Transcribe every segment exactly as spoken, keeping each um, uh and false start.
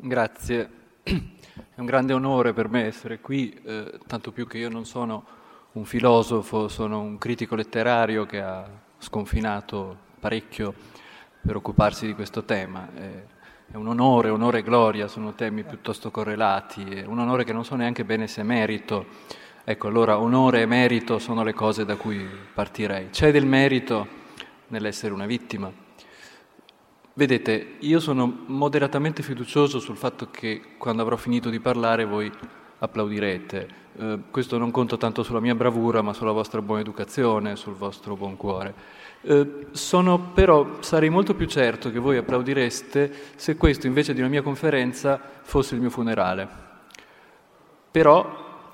Grazie. È un grande onore per me essere qui, eh, tanto più che io non sono un filosofo, sono un critico letterario che ha sconfinato parecchio per occuparsi di questo tema. Eh, è un onore, onore e gloria, sono temi piuttosto correlati, è un onore che non so neanche bene se merito. Ecco, allora onore e merito sono le cose da cui partirei. C'è del merito nell'essere una vittima. Vedete, io sono moderatamente fiducioso sul fatto che quando avrò finito di parlare voi applaudirete. Eh, questo non conta tanto sulla mia bravura, ma sulla vostra buona educazione, sul vostro buon cuore. Eh, sono però, sarei molto più certo che voi applaudireste se questo invece di una mia conferenza fosse il mio funerale. Però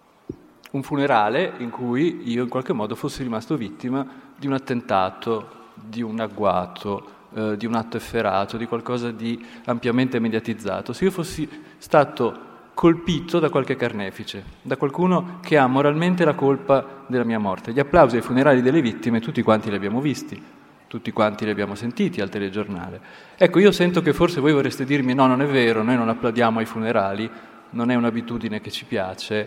un funerale in cui io in qualche modo fossi rimasto vittima di un attentato, di un agguato, eh, di un atto efferato, di qualcosa di ampiamente mediatizzato. Se io fossi stato colpito da qualche carnefice, da qualcuno che ha moralmente la colpa della mia morte. Gli applausi ai funerali delle vittime tutti quanti li abbiamo visti, tutti quanti li abbiamo sentiti al telegiornale. Ecco, io sento che forse voi vorreste dirmi no, non è vero, noi non applaudiamo ai funerali, non è un'abitudine che ci piace,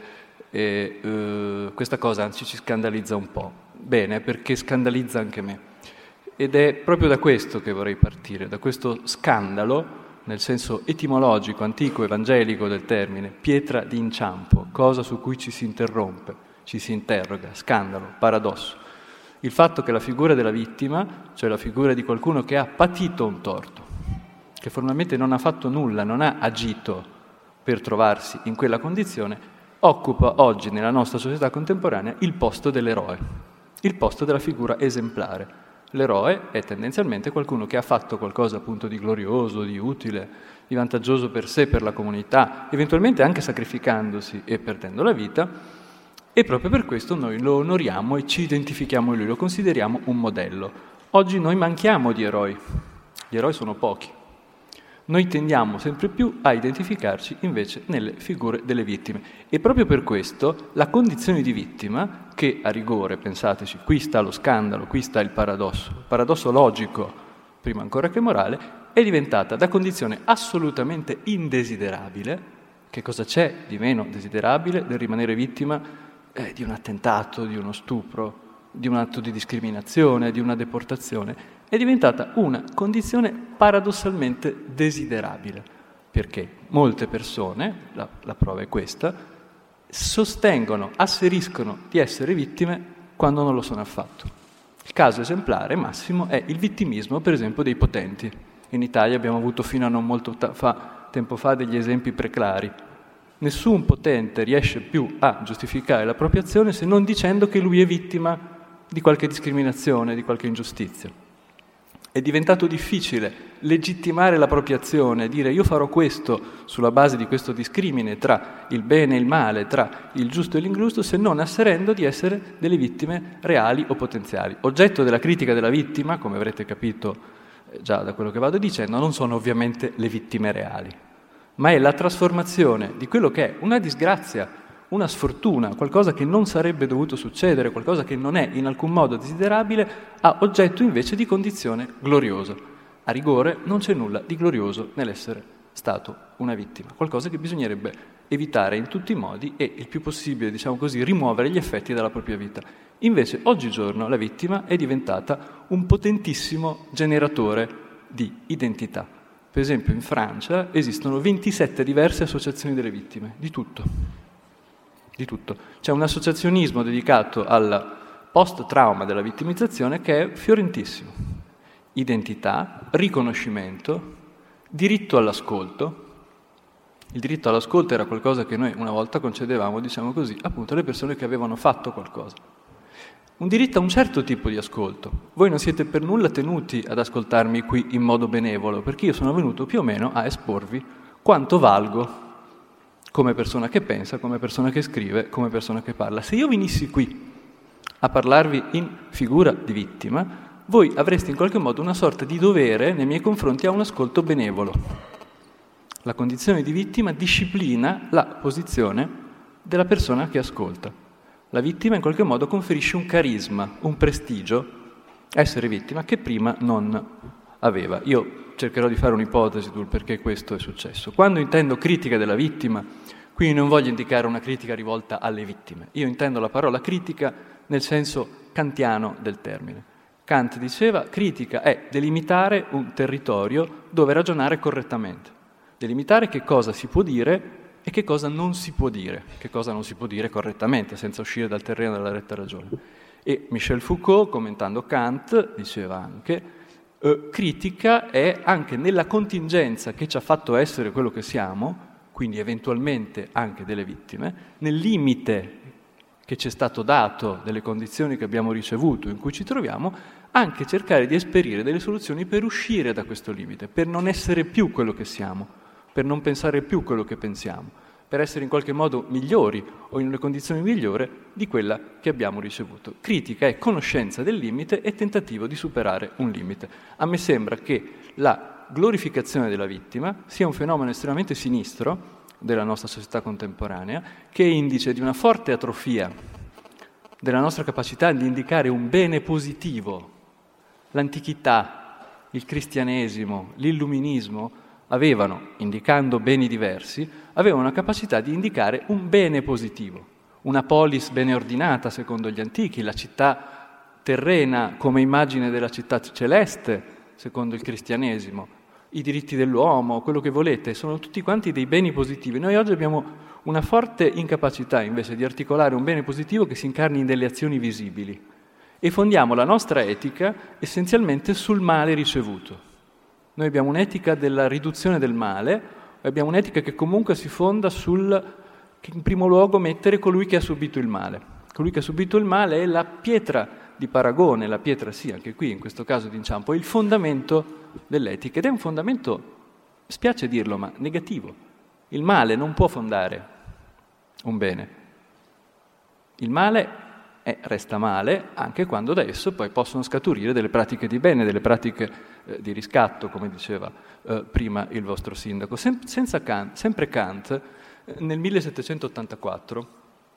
e uh, questa cosa anzi ci scandalizza un po'. Bene, perché scandalizza anche me. Ed è proprio da questo che vorrei partire, da questo scandalo, nel senso etimologico, antico, evangelico del termine, pietra di inciampo, cosa su cui ci si interrompe, ci si interroga, scandalo, paradosso. Il fatto che la figura della vittima, cioè la figura di qualcuno che ha patito un torto, che formalmente non ha fatto nulla, non ha agito per trovarsi in quella condizione, occupa oggi nella nostra società contemporanea il posto dell'eroe, il posto della figura esemplare. L'eroe è tendenzialmente qualcuno che ha fatto qualcosa appunto di glorioso, di utile, di vantaggioso per sé, per la comunità, eventualmente anche sacrificandosi e perdendo la vita, e proprio per questo noi lo onoriamo e ci identifichiamo in lui, lo consideriamo un modello. Oggi noi manchiamo di eroi, gli eroi sono pochi. Noi tendiamo sempre più a identificarci invece nelle figure delle vittime. E proprio per questo la condizione di vittima, che a rigore, pensateci, qui sta lo scandalo, qui sta il paradosso, il paradosso logico, prima ancora che morale, è diventata da condizione assolutamente indesiderabile. Che cosa c'è di meno desiderabile del rimanere vittima eh, di un attentato, di uno stupro, di un atto di discriminazione, di una deportazione? È diventata una condizione paradossalmente desiderabile, perché molte persone, la, la prova è questa, sostengono, asseriscono di essere vittime quando non lo sono affatto. Il caso esemplare massimo è il vittimismo, per esempio, dei potenti. In Italia abbiamo avuto fino a non molto ta- fa, tempo fa degli esempi preclari. Nessun potente riesce più a giustificare la propria azione se non dicendo che lui è vittima di qualche discriminazione, di qualche ingiustizia. È diventato difficile legittimare la propria azione, dire io farò questo sulla base di questo discrimine tra il bene e il male, tra il giusto e l'ingiusto, se non asserendo di essere delle vittime reali o potenziali. Oggetto della critica della vittima, come avrete capito già da quello che vado dicendo, non sono ovviamente le vittime reali, ma è la trasformazione di quello che è una disgrazia, una sfortuna, qualcosa che non sarebbe dovuto succedere, qualcosa che non è in alcun modo desiderabile, a oggetto invece di condizione gloriosa. A rigore non c'è nulla di glorioso nell'essere stato una vittima, qualcosa che bisognerebbe evitare in tutti i modi e il più possibile, diciamo così, rimuovere gli effetti dalla propria vita. Invece oggigiorno la vittima è diventata un potentissimo generatore di identità. Per esempio in Francia esistono ventisette diverse associazioni delle vittime, di tutto. Di tutto. C'è un associazionismo dedicato al post-trauma della vittimizzazione che è fiorentissimo. Identità, riconoscimento, diritto all'ascolto. Il diritto all'ascolto era qualcosa che noi una volta concedevamo, diciamo così, appunto alle persone che avevano fatto qualcosa. Un diritto a un certo tipo di ascolto. Voi non siete per nulla tenuti ad ascoltarmi qui in modo benevolo, perché io sono venuto più o meno a esporvi quanto valgo come persona che pensa, come persona che scrive, come persona che parla. Se io venissi qui a parlarvi in figura di vittima, voi avreste in qualche modo una sorta di dovere nei miei confronti a un ascolto benevolo. La condizione di vittima disciplina la posizione della persona che ascolta. La vittima in qualche modo conferisce un carisma, un prestigio, essere vittima, che prima non aveva. Io cercherò di fare un'ipotesi sul perché questo è successo. Quando intendo critica della vittima, quindi non voglio indicare una critica rivolta alle vittime. Io intendo la parola critica nel senso kantiano del termine. Kant diceva critica è delimitare un territorio dove ragionare correttamente. Delimitare che cosa si può dire e che cosa non si può dire, che cosa non si può dire correttamente, senza uscire dal terreno della retta ragione. E Michel Foucault, commentando Kant, diceva anche eh, critica è anche nella contingenza che ci ha fatto essere quello che siamo, quindi eventualmente anche delle vittime, nel limite che ci è stato dato delle condizioni che abbiamo ricevuto, in cui ci troviamo, anche cercare di esperire delle soluzioni per uscire da questo limite, per non essere più quello che siamo, per non pensare più quello che pensiamo, per essere in qualche modo migliori o in una condizione migliore di quella che abbiamo ricevuto. Critica è conoscenza del limite e tentativo di superare un limite. A me sembra che la glorificazione della vittima sia un fenomeno estremamente sinistro della nostra società contemporanea, che è indice di una forte atrofia della nostra capacità di indicare un bene positivo. L'antichità, il cristianesimo, l'illuminismo avevano, indicando beni diversi, avevano una capacità di indicare un bene positivo, una polis bene ordinata secondo gli antichi, la città terrena come immagine della città celeste secondo il cristianesimo, i diritti dell'uomo, quello che volete, sono tutti quanti dei beni positivi. Noi oggi abbiamo una forte incapacità invece di articolare un bene positivo che si incarni in delle azioni visibili e fondiamo la nostra etica essenzialmente sul male ricevuto. Noi abbiamo un'etica della riduzione del male, abbiamo un'etica che comunque si fonda sul, che in primo luogo mettere colui che ha subito il male. Colui che ha subito il male è la pietra di paragone, la pietra sì, anche qui in questo caso di inciampo, è il fondamento dell'etica ed è un fondamento, spiace dirlo, ma negativo. Il male non può fondare un bene. Il male è, resta male anche quando da esso poi possono scaturire delle pratiche di bene, delle pratiche eh, di riscatto, come diceva eh, prima il vostro sindaco. Sem- senza Kant, sempre Kant, eh, nel millesettecentottantaquattro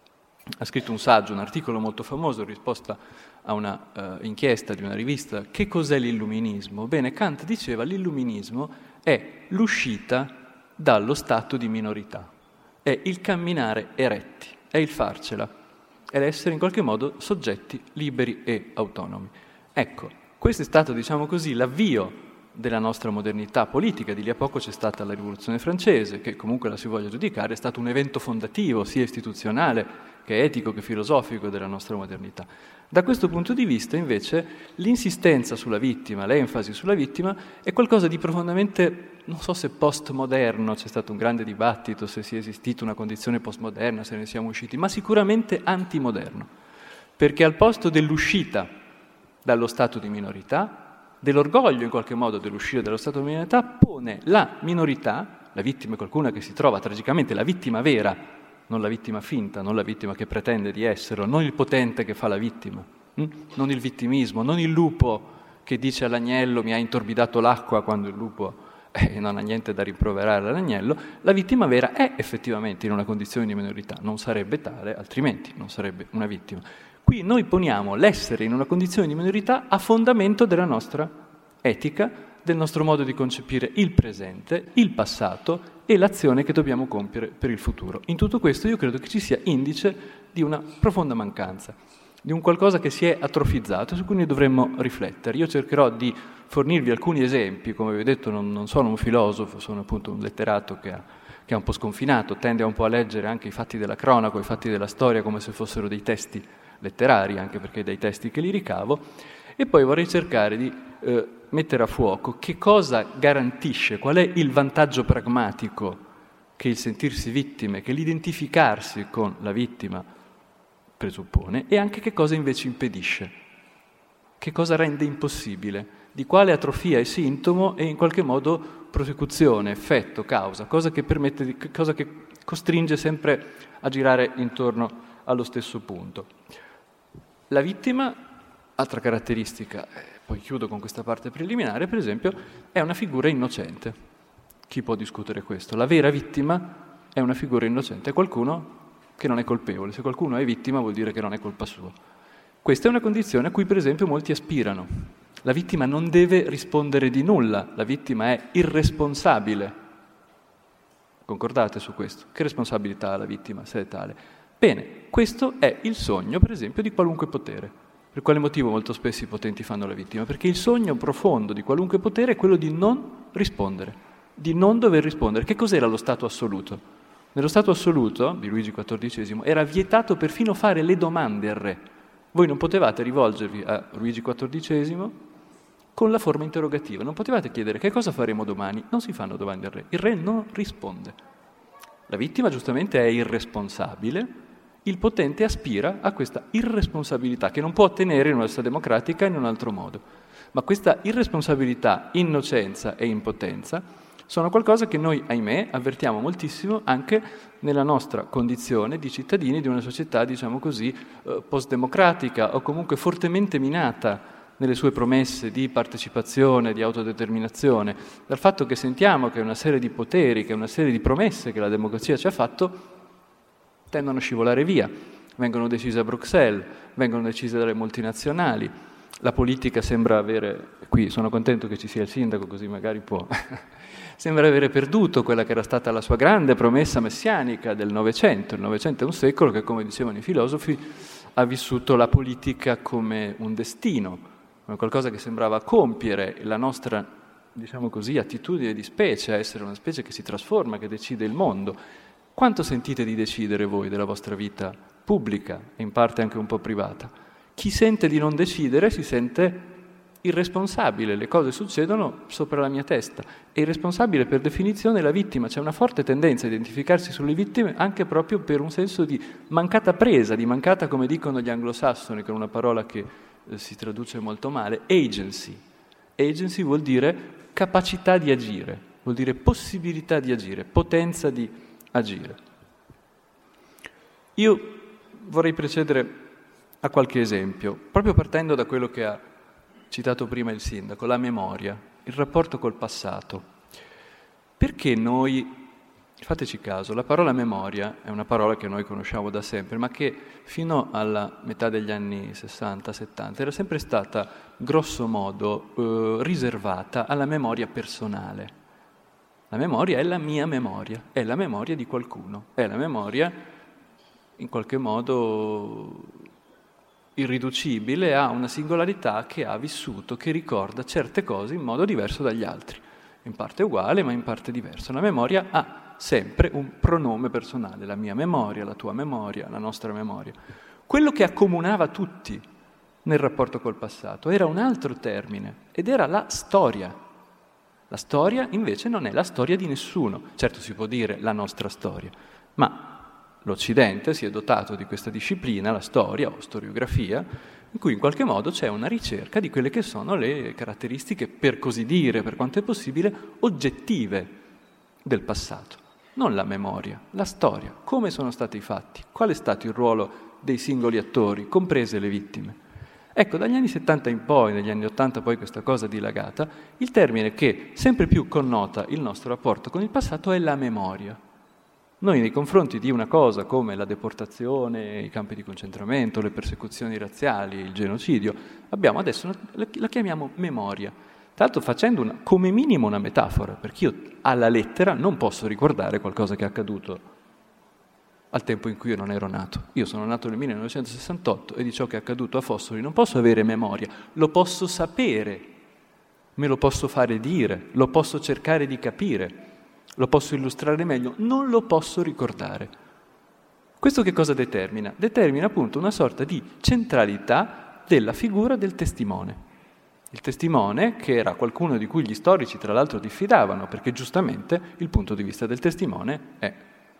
ha scritto un saggio, un articolo molto famoso in risposta a una uh, inchiesta di una rivista, che cos'è l'illuminismo? Bene, Kant diceva l'illuminismo è l'uscita dallo stato di minorità, è il camminare eretti, è il farcela, è l'essere in qualche modo soggetti liberi e autonomi. Ecco, questo è stato, diciamo così, l'avvio della nostra modernità politica. Di lì a poco c'è stata la Rivoluzione francese, che comunque la si voglia giudicare, è stato un evento fondativo, sia istituzionale che etico che filosofico della nostra modernità. Da questo punto di vista, invece, l'insistenza sulla vittima, l'enfasi sulla vittima, è qualcosa di profondamente, non so se postmoderno, c'è stato un grande dibattito se sia esistita una condizione postmoderna, se ne siamo usciti, ma sicuramente antimoderno, perché al posto dell'uscita dallo stato di minorità, dell'orgoglio in qualche modo dell'uscire dallo stato di minorità, pone la minorità, la vittima è qualcuno che si trova tragicamente, la vittima vera, non la vittima finta, non la vittima che pretende di esserlo, non il potente che fa la vittima, hm? non il vittimismo, non il lupo che dice all'agnello mi ha intorbidato l'acqua quando il lupo eh, non ha niente da rimproverare all'agnello. La vittima vera è effettivamente in una condizione di minorità, non sarebbe tale, altrimenti non sarebbe una vittima. Qui noi poniamo l'essere in una condizione di minorità a fondamento della nostra etica, del nostro modo di concepire il presente, il passato e l'azione che dobbiamo compiere per il futuro. In tutto questo io credo che ci sia indice di una profonda mancanza, di un qualcosa che si è atrofizzato, su cui noi dovremmo riflettere. Io cercherò di fornirvi alcuni esempi, come vi ho detto non, non sono un filosofo, sono appunto un letterato che, ha, che è un po' sconfinato, tende un po' a leggere anche i fatti della cronaca, i fatti della storia come se fossero dei testi letterari, anche perché dai testi che li ricavo, e poi vorrei cercare di eh, mettere a fuoco che cosa garantisce, qual è il vantaggio pragmatico che il sentirsi vittime, che l'identificarsi con la vittima presuppone, e anche che cosa invece impedisce, che cosa rende impossibile, di quale atrofia è sintomo e in qualche modo prosecuzione, effetto, causa, cosa che permette di, cosa che costringe sempre a girare intorno allo stesso punto. La vittima, altra caratteristica, poi chiudo con questa parte preliminare, per esempio, è una figura innocente. Chi può discutere questo? La vera vittima è una figura innocente, è qualcuno che non è colpevole. Se qualcuno è vittima vuol dire che non è colpa sua. Questa è una condizione a cui, per esempio, molti aspirano. La vittima non deve rispondere di nulla, la vittima è irresponsabile. Concordate su questo? Che responsabilità ha la vittima se è tale? Bene, questo è il sogno, per esempio, di qualunque potere. Per quale motivo molto spesso i potenti fanno la vittima? Perché il sogno profondo di qualunque potere è quello di non rispondere, di non dover rispondere. Che cos'era lo stato assoluto? Nello stato assoluto, di Luigi quattordicesimo, era vietato perfino fare le domande al re. Voi non potevate rivolgervi a Luigi quattordicesimo con la forma interrogativa, non potevate chiedere che cosa faremo domani, non si fanno domande al re, il re non risponde. La vittima giustamente è irresponsabile, il potente aspira a questa irresponsabilità che non può ottenere in una società democratica in un altro modo. Ma questa irresponsabilità, innocenza e impotenza sono qualcosa che noi, ahimè, avvertiamo moltissimo anche nella nostra condizione di cittadini di una società, diciamo così, post-democratica o comunque fortemente minata nelle sue promesse di partecipazione, di autodeterminazione, dal fatto che sentiamo che una serie di poteri, che una serie di promesse che la democrazia ci ha fatto tendono a scivolare via, vengono decise a Bruxelles, vengono decise dalle multinazionali, la politica sembra avere, qui sono contento che ci sia il sindaco così magari può, sembra avere perduto quella che era stata la sua grande promessa messianica del Novecento. Il Novecento è un secolo che, come dicevano i filosofi, ha vissuto la politica come un destino, come qualcosa che sembrava compiere la nostra, diciamo così, attitudine di specie, a essere una specie che si trasforma, che decide il mondo. Quanto sentite di decidere voi della vostra vita pubblica e in parte anche un po' privata? Chi sente di non decidere si sente irresponsabile, le cose succedono sopra la mia testa. E irresponsabile per definizione è la vittima, c'è una forte tendenza a identificarsi sulle vittime anche proprio per un senso di mancata presa, di mancata, come dicono gli anglosassoni, con una parola che eh, si traduce molto male, agency. Agency vuol dire capacità di agire, vuol dire possibilità di agire, potenza di agire. Io vorrei precedere a qualche esempio, proprio partendo da quello che ha citato prima il sindaco, la memoria, il rapporto col passato. Perché noi, fateci caso, la parola memoria è una parola che noi conosciamo da sempre, ma che fino alla metà degli anni sessanta settanta era sempre stata grosso modo eh, riservata alla memoria personale. La memoria è la mia memoria, è la memoria di qualcuno, è la memoria in qualche modo irriducibile a una singolarità che ha vissuto, che ricorda certe cose in modo diverso dagli altri, in parte uguale ma in parte diverso. La memoria ha sempre un pronome personale, la mia memoria, la tua memoria, la nostra memoria. Quello che accomunava tutti nel rapporto col passato era un altro termine ed era la storia. La storia invece non è la storia di nessuno, certo si può dire la nostra storia, ma l'Occidente si è dotato di questa disciplina, la storia o storiografia, in cui in qualche modo c'è una ricerca di quelle che sono le caratteristiche, per così dire, per quanto è possibile, oggettive del passato. Non la memoria, la storia, come sono stati i fatti, qual è stato il ruolo dei singoli attori, comprese le vittime. Ecco, dagli anni settanta in poi, negli anni ottanta poi questa cosa dilagata, il termine che sempre più connota il nostro rapporto con il passato è la memoria. Noi nei confronti di una cosa come la deportazione, i campi di concentramento, le persecuzioni razziali, il genocidio, abbiamo adesso una, la chiamiamo memoria. Tra l'altro facendo una, come minimo una metafora, perché io alla lettera non posso ricordare qualcosa che è accaduto al tempo in cui io non ero nato. Io sono nato nel millenovecentosessantotto e di ciò che è accaduto a Fossoli non posso avere memoria, lo posso sapere, me lo posso fare dire, lo posso cercare di capire. Lo posso illustrare meglio, non lo posso ricordare. Questo che cosa determina? Determina appunto una sorta di centralità della figura del testimone. Il testimone, che era qualcuno di cui gli storici tra l'altro diffidavano, perché giustamente il punto di vista del testimone è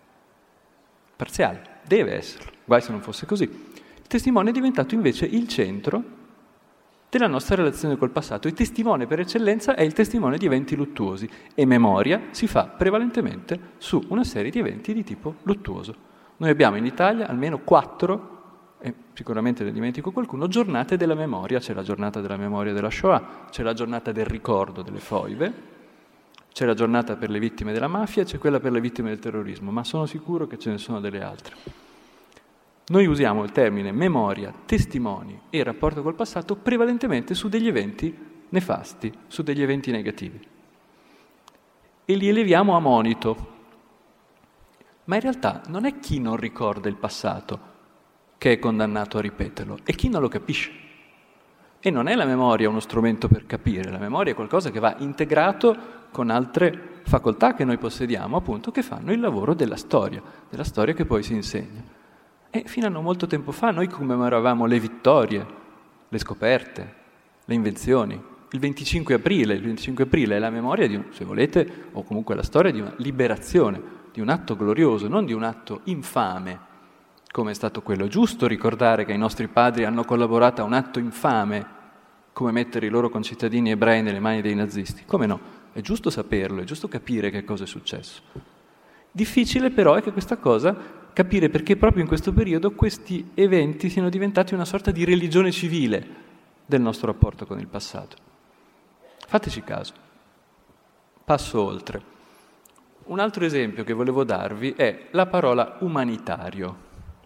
parziale, deve esserlo, guai se non fosse così. Il testimone è diventato invece il centro della nostra relazione col passato. Il testimone per eccellenza è il testimone di eventi luttuosi e memoria si fa prevalentemente su una serie di eventi di tipo luttuoso. Noi abbiamo in Italia almeno quattro, e sicuramente ne dimentico qualcuno, giornate della memoria. C'è la giornata della memoria della Shoah, c'è la giornata del ricordo delle foibe, c'è la giornata per le vittime della mafia, c'è quella per le vittime del terrorismo, ma sono sicuro che ce ne sono delle altre. Noi usiamo il termine memoria, testimoni e rapporto col passato prevalentemente su degli eventi nefasti, su degli eventi negativi. E li eleviamo a monito. Ma in realtà non è chi non ricorda il passato che è condannato a ripeterlo, è chi non lo capisce. E non è la memoria uno strumento per capire, la memoria è qualcosa che va integrato con altre facoltà che noi possediamo, appunto, che fanno il lavoro della storia, della storia che poi si insegna. E fino a non molto tempo fa noi commemoravamo le vittorie, le scoperte, le invenzioni. Il venticinque aprile, il venticinque aprile è la memoria di un, se volete, o comunque la storia di una liberazione, di un atto glorioso, non di un atto infame, come è stato quello. È giusto ricordare che i nostri padri hanno collaborato a un atto infame, come mettere i loro concittadini ebrei nelle mani dei nazisti. Come no? È giusto saperlo, è giusto capire che cosa è successo. Difficile però è che questa cosa, capire perché proprio in questo periodo questi eventi siano diventati una sorta di religione civile del nostro rapporto con il passato. Fateci caso. Passo oltre. Un altro esempio che volevo darvi è la parola umanitario.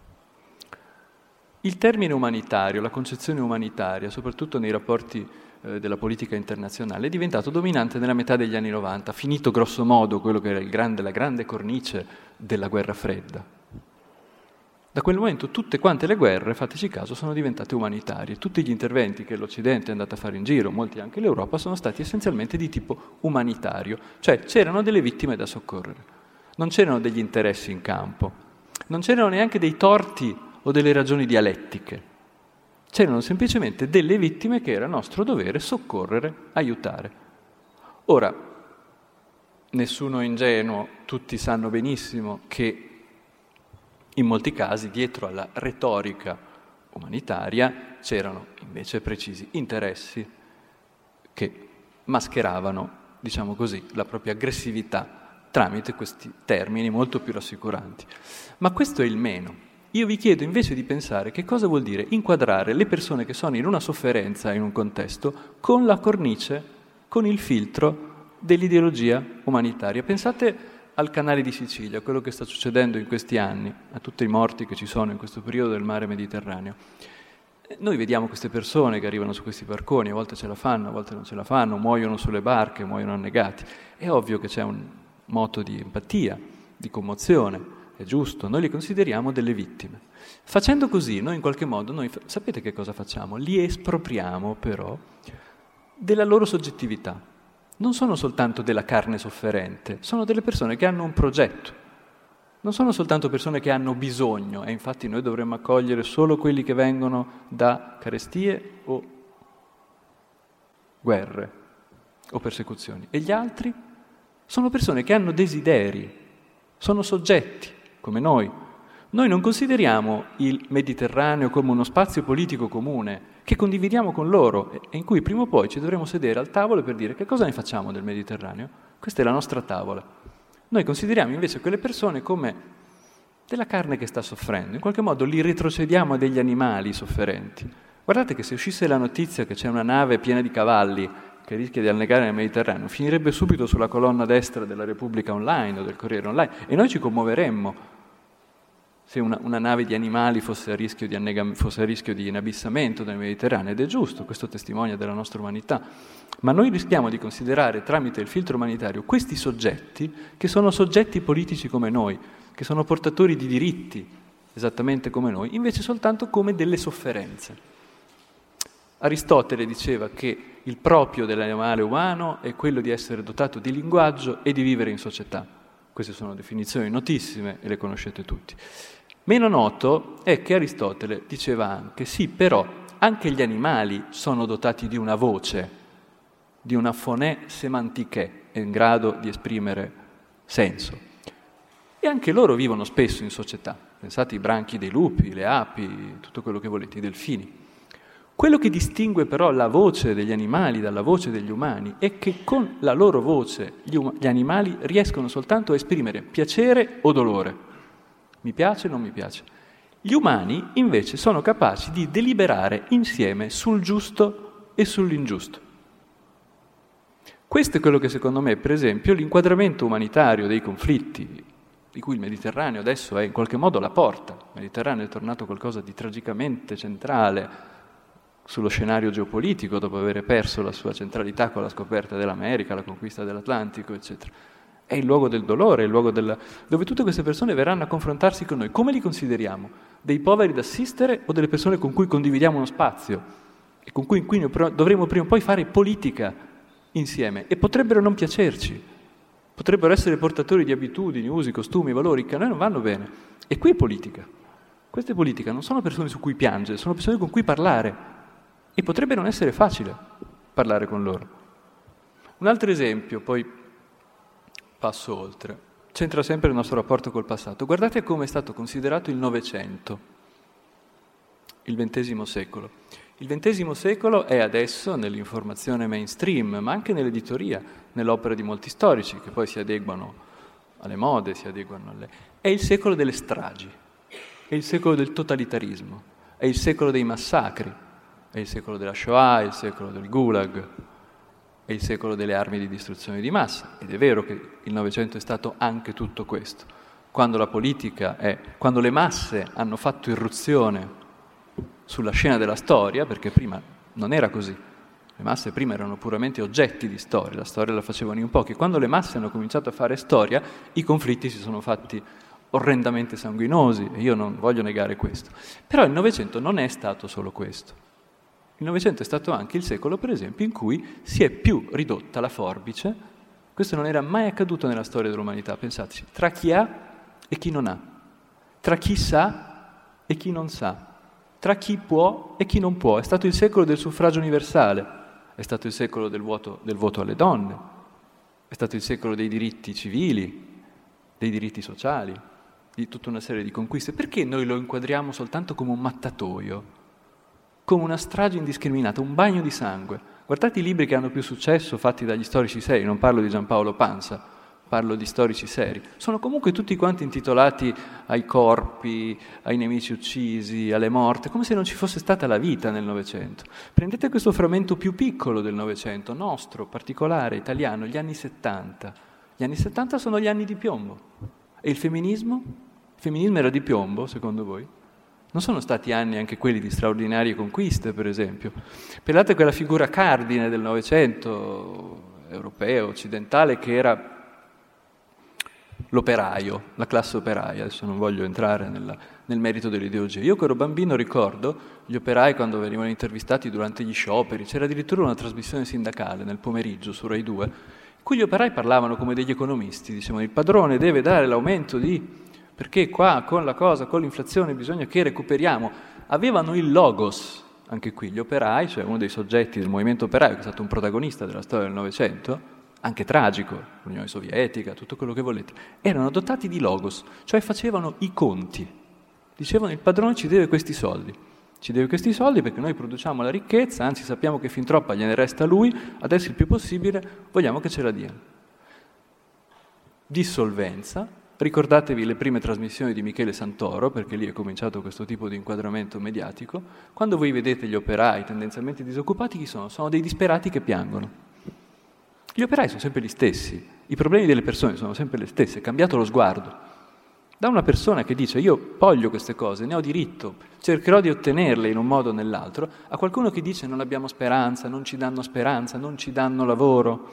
Il termine umanitario, la concezione umanitaria, soprattutto nei rapporti eh, della politica internazionale, è diventato dominante nella metà degli anni novanta, finito grosso modo quello che era il grande, la grande cornice della guerra fredda. Da quel momento tutte quante le guerre, fateci caso, sono diventate umanitarie. Tutti gli interventi che l'Occidente è andato a fare in giro, molti anche l'Europa, sono stati essenzialmente di tipo umanitario. Cioè c'erano delle vittime da soccorrere, non c'erano degli interessi in campo, non c'erano neanche dei torti o delle ragioni dialettiche. C'erano semplicemente delle vittime che era nostro dovere soccorrere, aiutare. Ora, nessuno è ingenuo, tutti sanno benissimo che in molti casi, dietro alla retorica umanitaria, c'erano invece precisi interessi che mascheravano, diciamo così, la propria aggressività tramite questi termini molto più rassicuranti. Ma questo è il meno. Io vi chiedo invece di pensare che cosa vuol dire inquadrare le persone che sono in una sofferenza, in un contesto, con la cornice, con il filtro dell'ideologia umanitaria. Pensate al canale di Sicilia, quello che sta succedendo in questi anni, a tutti i morti che ci sono in questo periodo del mare Mediterraneo. Noi vediamo queste persone che arrivano su questi barconi, a volte ce la fanno, a volte non ce la fanno, muoiono sulle barche, muoiono annegati. È ovvio che c'è un moto di empatia, di commozione, è giusto, noi li consideriamo delle vittime. Facendo così, noi in qualche modo, noi sapete che cosa facciamo? Li espropriamo però della loro soggettività. Non sono soltanto della carne sofferente, sono delle persone che hanno un progetto, non sono soltanto persone che hanno bisogno, e infatti noi dovremmo accogliere solo quelli che vengono da carestie o guerre o persecuzioni. E gli altri sono persone che hanno desideri, sono soggetti, come noi. Noi non consideriamo il Mediterraneo come uno spazio politico comune che condividiamo con loro e in cui prima o poi ci dovremo sedere al tavolo per dire che cosa ne facciamo del Mediterraneo? Questa è la nostra tavola. Noi consideriamo invece quelle persone come della carne che sta soffrendo, in qualche modo li retrocediamo a degli animali sofferenti. Guardate che se uscisse la notizia che c'è una nave piena di cavalli che rischia di annegare nel Mediterraneo, finirebbe subito sulla colonna destra della Repubblica Online o del Corriere Online e noi ci commuoveremmo se una, una nave di animali fosse a, rischio di annega, fosse a rischio di inabissamento nel Mediterraneo, ed è giusto, questo testimonia della nostra umanità. Ma noi rischiamo di considerare tramite il filtro umanitario questi soggetti che sono soggetti politici come noi, che sono portatori di diritti esattamente come noi, invece soltanto come delle sofferenze. Aristotele diceva che il proprio dell'animale umano è quello di essere dotato di linguaggio e di vivere in società. Queste sono definizioni notissime e le conoscete tutti. Meno noto è che Aristotele diceva anche, sì, però anche gli animali sono dotati di una voce, di una phonè semantiché, in grado di esprimere senso. E anche loro vivono spesso in società. Pensate ai branchi dei lupi, le api, tutto quello che volete, i delfini. Quello che distingue però la voce degli animali dalla voce degli umani è che con la loro voce gli, um- gli animali riescono soltanto a esprimere piacere o dolore. Mi piace o non mi piace. Gli umani invece sono capaci di deliberare insieme sul giusto e sull'ingiusto. Questo è quello che secondo me, per esempio, l'inquadramento umanitario dei conflitti, di cui il Mediterraneo adesso è in qualche modo la porta. Il Mediterraneo è tornato qualcosa di tragicamente centrale, sullo scenario geopolitico dopo aver perso la sua centralità con la scoperta dell'America, la conquista dell'Atlantico, eccetera. È il luogo del dolore, è il luogo della... dove tutte queste persone verranno a confrontarsi con noi. Come li consideriamo? Dei poveri da assistere o delle persone con cui condividiamo uno spazio e con cui, cui dovremo prima o poi fare politica insieme? E potrebbero non piacerci, potrebbero essere portatori di abitudini, usi, costumi, valori che a noi non vanno bene. E qui è politica. Queste politica non sono persone su cui piangere, sono persone con cui parlare. E potrebbe non essere facile parlare con loro. Un altro esempio, poi passo oltre, c'entra sempre il nostro rapporto col passato. Guardate come è stato considerato il Novecento, il ventesimo secolo. Il ventesimo secolo è adesso nell'informazione mainstream, ma anche nell'editoria, nell'opera di molti storici, che poi si adeguano alle mode, si adeguano alle... È il secolo delle stragi, è il secolo del totalitarismo, è il secolo dei massacri, è il secolo della Shoah, è il secolo del Gulag, è il secolo delle armi di distruzione di massa. Ed è vero che il Novecento è stato anche tutto questo. Quando la politica è, quando le masse hanno fatto irruzione sulla scena della storia, perché prima non era così, le masse prima erano puramente oggetti di storia, la storia la facevano in pochi. Quando le masse hanno cominciato a fare storia, i conflitti si sono fatti orrendamente sanguinosi, e io non voglio negare questo. Però il Novecento non è stato solo questo. Il Novecento è stato anche il secolo, per esempio, in cui si è più ridotta la forbice. Questo non era mai accaduto nella storia dell'umanità, pensateci, tra chi ha e chi non ha, tra chi sa e chi non sa, tra chi può e chi non può. È stato il secolo del suffragio universale, è stato il secolo del voto, del voto alle donne, è stato il secolo dei diritti civili, dei diritti sociali, di tutta una serie di conquiste. Perché noi lo inquadriamo soltanto come un mattatoio? Come una strage indiscriminata, un bagno di sangue. Guardate i libri che hanno più successo fatti dagli storici seri, non parlo di Giampaolo Pansa, parlo di storici seri. Sono comunque tutti quanti intitolati ai corpi, ai nemici uccisi, alle morte, come se non ci fosse stata la vita nel Novecento. Prendete questo frammento più piccolo del Novecento, nostro, particolare, italiano, gli anni settanta. Gli anni settanta sono gli anni di piombo. E il femminismo? Il femminismo era di piombo, secondo voi? Non sono stati anni anche quelli di straordinarie conquiste, per esempio. Pensate quella figura cardine del Novecento europeo, occidentale, che era l'operaio, la classe operaia. Adesso non voglio entrare nella, nel merito dell'ideologia. Io che ero bambino ricordo gli operai quando venivano intervistati durante gli scioperi, c'era addirittura una trasmissione sindacale nel pomeriggio su Rai due, in cui gli operai parlavano come degli economisti, dicevano il padrone deve dare l'aumento di... perché qua con la cosa, con l'inflazione bisogna che recuperiamo. Avevano il logos, anche qui gli operai, cioè uno dei soggetti del movimento operaio che è stato un protagonista della storia del Novecento, anche tragico, l'Unione Sovietica, tutto quello che volete, erano dotati di logos, cioè facevano i conti. Dicevano il padrone ci deve questi soldi, ci deve questi soldi perché noi produciamo la ricchezza, anzi sappiamo che fin troppa gliene resta a lui, adesso il più possibile vogliamo che ce la diano. Dissolvenza. Ricordatevi le prime trasmissioni di Michele Santoro, perché lì è cominciato questo tipo di inquadramento mediatico. Quando voi vedete gli operai tendenzialmente disoccupati, chi sono? Sono dei disperati che piangono. Gli operai sono sempre gli stessi, i problemi delle persone sono sempre le stesse, è cambiato lo sguardo. Da una persona che dice io voglio queste cose, ne ho diritto, cercherò di ottenerle in un modo o nell'altro, a qualcuno che dice non abbiamo speranza, non ci danno speranza, non ci danno lavoro.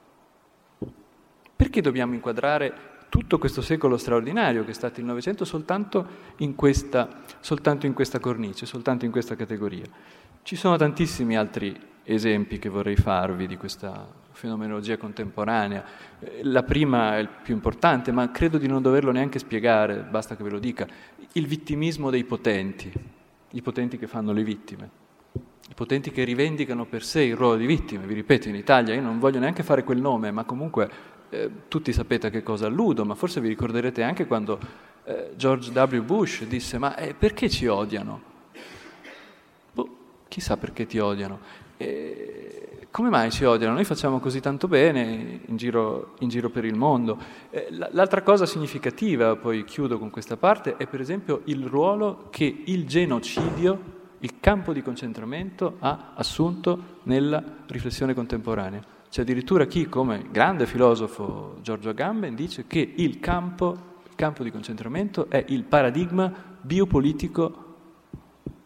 Perché dobbiamo inquadrare tutto questo secolo straordinario che è stato il Novecento soltanto in questa, soltanto in questa cornice, soltanto in questa categoria? Ci sono tantissimi altri esempi che vorrei farvi di questa fenomenologia contemporanea. La prima è il più importante, ma credo di non doverlo neanche spiegare, basta che ve lo dica. Il vittimismo dei potenti, i potenti che fanno le vittime, i potenti che rivendicano per sé il ruolo di vittime. Vi ripeto, in Italia, io non voglio neanche fare quel nome, ma comunque Eh, tutti sapete a che cosa alludo, ma forse vi ricorderete anche quando eh, George W. Bush disse ma eh, perché ci odiano? Boh, chissà perché ti odiano. Eh, come mai ci odiano? Noi facciamo così tanto bene in giro, in giro per il mondo. Eh, l'altra cosa significativa, poi chiudo con questa parte, è per esempio il ruolo che il genocidio, il campo di concentramento ha assunto nella riflessione contemporanea. C'è addirittura chi, come grande filosofo Giorgio Agamben, dice che il campo, il campo di concentramento è il paradigma biopolitico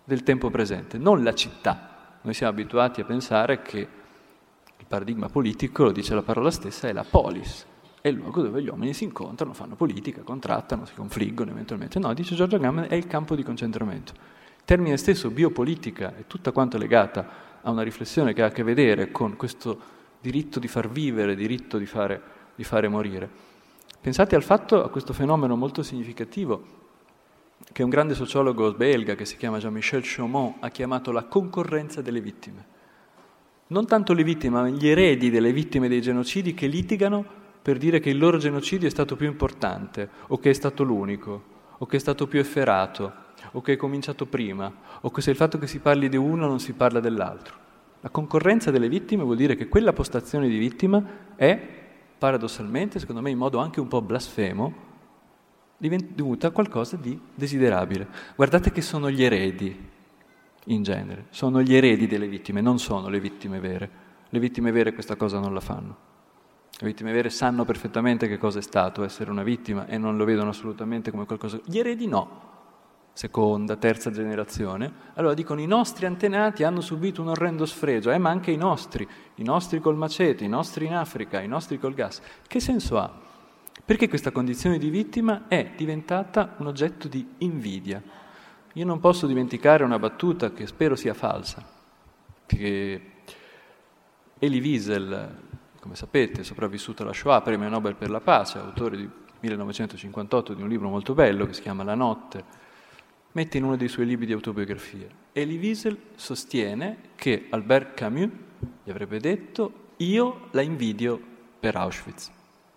del tempo presente, non la città. Noi siamo abituati a pensare che il paradigma politico, lo dice la parola stessa, è la polis, è il luogo dove gli uomini si incontrano, fanno politica, contrattano, si confliggono eventualmente. No, dice Giorgio Agamben, è il campo di concentramento. Il termine stesso, biopolitica, è tutta quanto legata a una riflessione che ha a che vedere con questo diritto di far vivere, diritto di fare, di fare morire. Pensate al fatto, a questo fenomeno molto significativo, che un grande sociologo belga che si chiama Jean-Michel Chaumont ha chiamato la concorrenza delle vittime. Non tanto le vittime, ma gli eredi delle vittime dei genocidi che litigano per dire che il loro genocidio è stato più importante, o che è stato l'unico, o che è stato più efferato, o che è cominciato prima, o che se il fatto che si parli di uno non si parla dell'altro. La concorrenza delle vittime vuol dire che quella postazione di vittima è, paradossalmente, secondo me in modo anche un po' blasfemo, divenuta qualcosa di desiderabile. Guardate che sono gli eredi, in genere, sono gli eredi delle vittime, non sono le vittime vere. Le vittime vere questa cosa non la fanno. Le vittime vere sanno perfettamente che cosa è stato essere una vittima e non lo vedono assolutamente come qualcosa. Gli eredi no, seconda, terza generazione. Allora dicono i nostri antenati hanno subito un orrendo sfregio, eh, ma anche i nostri, i nostri col macete, i nostri in Africa, i nostri col gas. Che senso ha? Perché questa condizione di vittima è diventata un oggetto di invidia. Io non posso dimenticare una battuta che spero sia falsa, che Elie Wiesel, come sapete, sopravvissuto alla Shoah, premio Nobel per la pace, autore di millenovecentocinquantotto di un libro molto bello che si chiama La notte, mette in uno dei suoi libri di autobiografia. Elie Wiesel sostiene che Albert Camus gli avrebbe detto «Io la invidio per Auschwitz».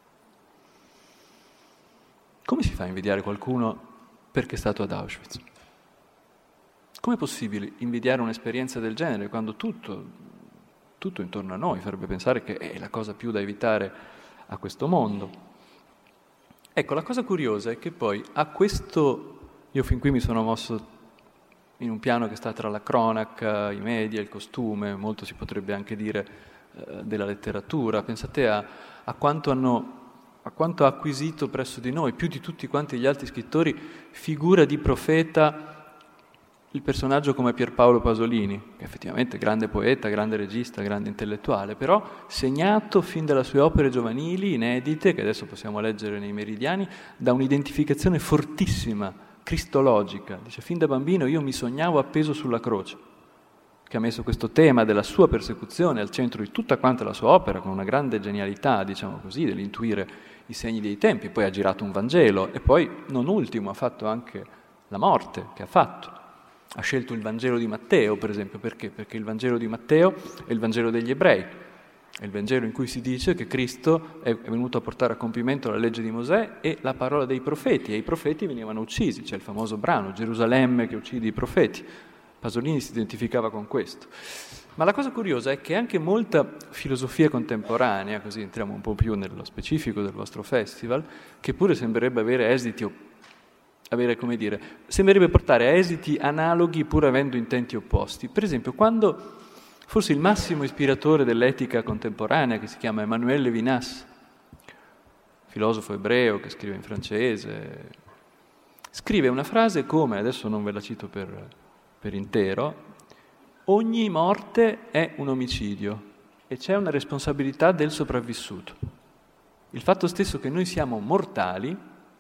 Come si fa a invidiare qualcuno perché è stato ad Auschwitz? Com'è possibile invidiare un'esperienza del genere quando tutto, tutto intorno a noi farebbe pensare che è la cosa più da evitare a questo mondo? Ecco, la cosa curiosa è che poi a questo, io fin qui mi sono mosso in un piano che sta tra la cronaca, i media, il costume, molto si potrebbe anche dire eh, della letteratura. Pensate a, a quanto hanno a quanto ha acquisito presso di noi, più di tutti quanti gli altri scrittori, figura di profeta il personaggio come Pierpaolo Pasolini, che effettivamente è grande poeta, grande regista, grande intellettuale, però segnato fin dalle sue opere giovanili, inedite, che adesso possiamo leggere nei Meridiani, da un'identificazione fortissima, cristologica. Dice, fin da bambino io mi sognavo appeso sulla croce, che ha messo questo tema della sua persecuzione al centro di tutta quanta la sua opera, con una grande genialità, diciamo così, dell'intuire i segni dei tempi. Poi ha girato un Vangelo e poi, non ultimo, ha fatto anche la morte che ha fatto. Ha scelto il Vangelo di Matteo, per esempio, perché? Perché il Vangelo di Matteo è il Vangelo degli ebrei, è il Vangelo in cui si dice che Cristo è venuto a portare a compimento la legge di Mosè e la parola dei profeti, e i profeti venivano uccisi. C'è il famoso brano, Gerusalemme che uccide i profeti. Pasolini si identificava con questo. Ma la cosa curiosa è che anche molta filosofia contemporanea, così entriamo un po' più nello specifico del vostro festival, che pure sembrerebbe avere esiti, avere, come dire, sembrerebbe portare a esiti analoghi pur avendo intenti opposti. Per esempio, quando forse il massimo ispiratore dell'etica contemporanea, che si chiama Emmanuel Levinas, filosofo ebreo che scrive in francese, scrive una frase come, adesso non ve la cito per... per intero, ogni morte è un omicidio e c'è una responsabilità del sopravvissuto. Il fatto stesso che noi siamo mortali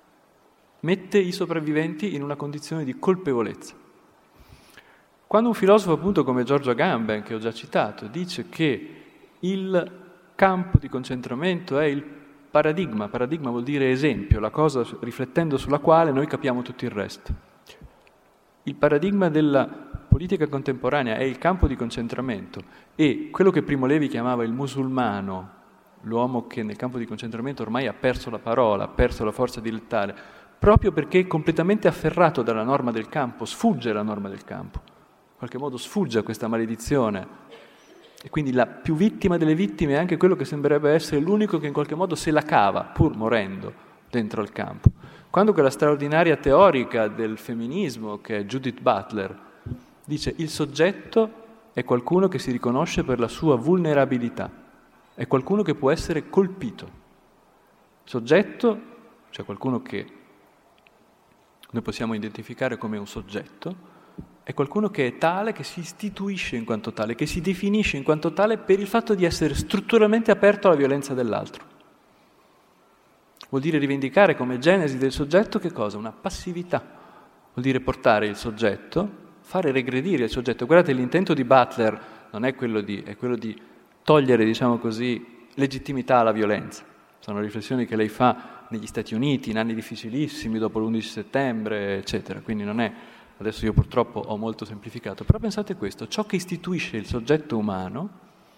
mette i sopravviventi in una condizione di colpevolezza. Quando un filosofo appunto come Giorgio Agamben, che ho già citato, dice che il campo di concentramento è il paradigma, paradigma vuol dire esempio, la cosa riflettendo sulla quale noi capiamo tutto il resto. Il paradigma della politica contemporanea è il campo di concentramento e quello che Primo Levi chiamava il musulmano, l'uomo che nel campo di concentramento ormai ha perso la parola, ha perso la forza dilettale, proprio perché è completamente afferrato dalla norma del campo, sfugge alla norma del campo, in qualche modo sfugge a questa maledizione. E quindi la più vittima delle vittime è anche quello che sembrerebbe essere l'unico che in qualche modo se la cava, pur morendo, dentro al campo. Quando quella straordinaria teorica del femminismo, che è Judith Butler, dice il soggetto è qualcuno che si riconosce per la sua vulnerabilità, è qualcuno che può essere colpito. Soggetto, cioè qualcuno che noi possiamo identificare come un soggetto, È qualcuno che è tale, che si istituisce in quanto tale, che si definisce in quanto tale per il fatto di essere strutturalmente aperto alla violenza dell'altro. Vuol dire rivendicare come genesi del soggetto che cosa? Una passività. Vuol dire portare il soggetto, fare regredire il soggetto. Guardate, l'intento di Butler non è quello di, è quello di togliere, diciamo così, legittimità alla violenza. Sono riflessioni che lei fa negli Stati Uniti, in anni difficilissimi, dopo l'undici settembre, eccetera. Quindi non è, adesso io purtroppo ho molto semplificato, però pensate questo, ciò che istituisce il soggetto umano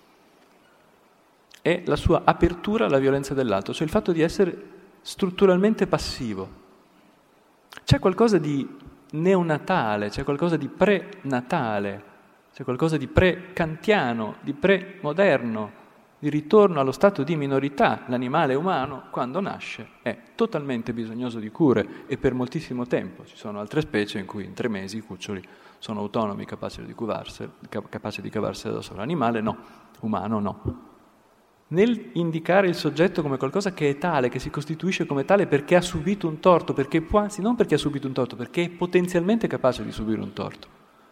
è la sua apertura alla violenza dell'altro, cioè il fatto di essere strutturalmente passivo. C'è qualcosa di neonatale, c'è qualcosa di pre-natale, c'è qualcosa di pre-kantiano, di pre-moderno, di ritorno allo stato di minorità. L'animale umano, quando nasce, è totalmente bisognoso di cure e per moltissimo tempo. Ci sono altre specie in cui in tre mesi i cuccioli sono autonomi, capaci di cavarsela, capaci di cavarsela da solo. L'animale no, umano no. Nel indicare il soggetto come qualcosa che è tale, che si costituisce come tale perché ha subito un torto, perché può, anzi non perché ha subito un torto, perché è potenzialmente capace di subire un torto.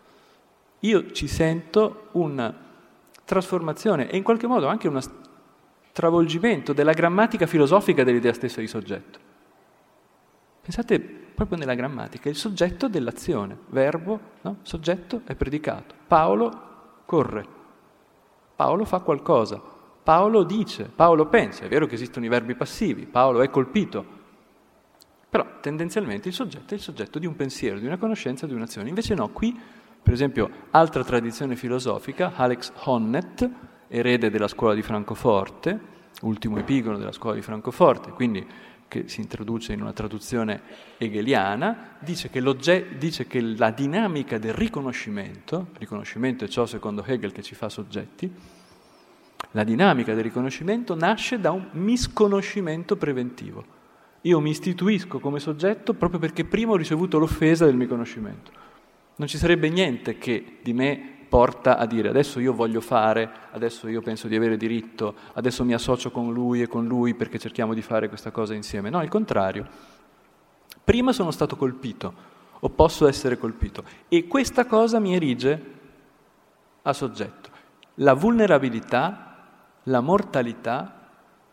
Io ci sento una trasformazione e in qualche modo anche uno stravolgimento della grammatica filosofica dell'idea stessa di soggetto. Pensate proprio nella grammatica, il soggetto dell'azione, verbo, no? Soggetto è predicato. Paolo corre, Paolo fa qualcosa. Paolo dice, Paolo pensa, è vero che esistono i verbi passivi, Paolo è colpito, però tendenzialmente il soggetto è il soggetto di un pensiero, di una conoscenza, di un'azione. Invece no, qui, per esempio, altra tradizione filosofica, Alex Honneth, erede della scuola di Francoforte, ultimo epigono della scuola di Francoforte, quindi che si introduce in una traduzione hegeliana, dice che, dice che la dinamica del riconoscimento, riconoscimento è ciò secondo Hegel che ci fa soggetti, la dinamica del riconoscimento nasce da un misconoscimento preventivo. Io mi istituisco come soggetto proprio perché prima ho ricevuto l'offesa del mio conoscimento. Non ci sarebbe niente che di me porta a dire adesso io voglio fare, adesso io penso di avere diritto, adesso mi associo con lui e con lui perché cerchiamo di fare questa cosa insieme. No, il contrario. Prima sono stato colpito o posso essere colpito e questa cosa mi erige a soggetto. La vulnerabilità, la mortalità,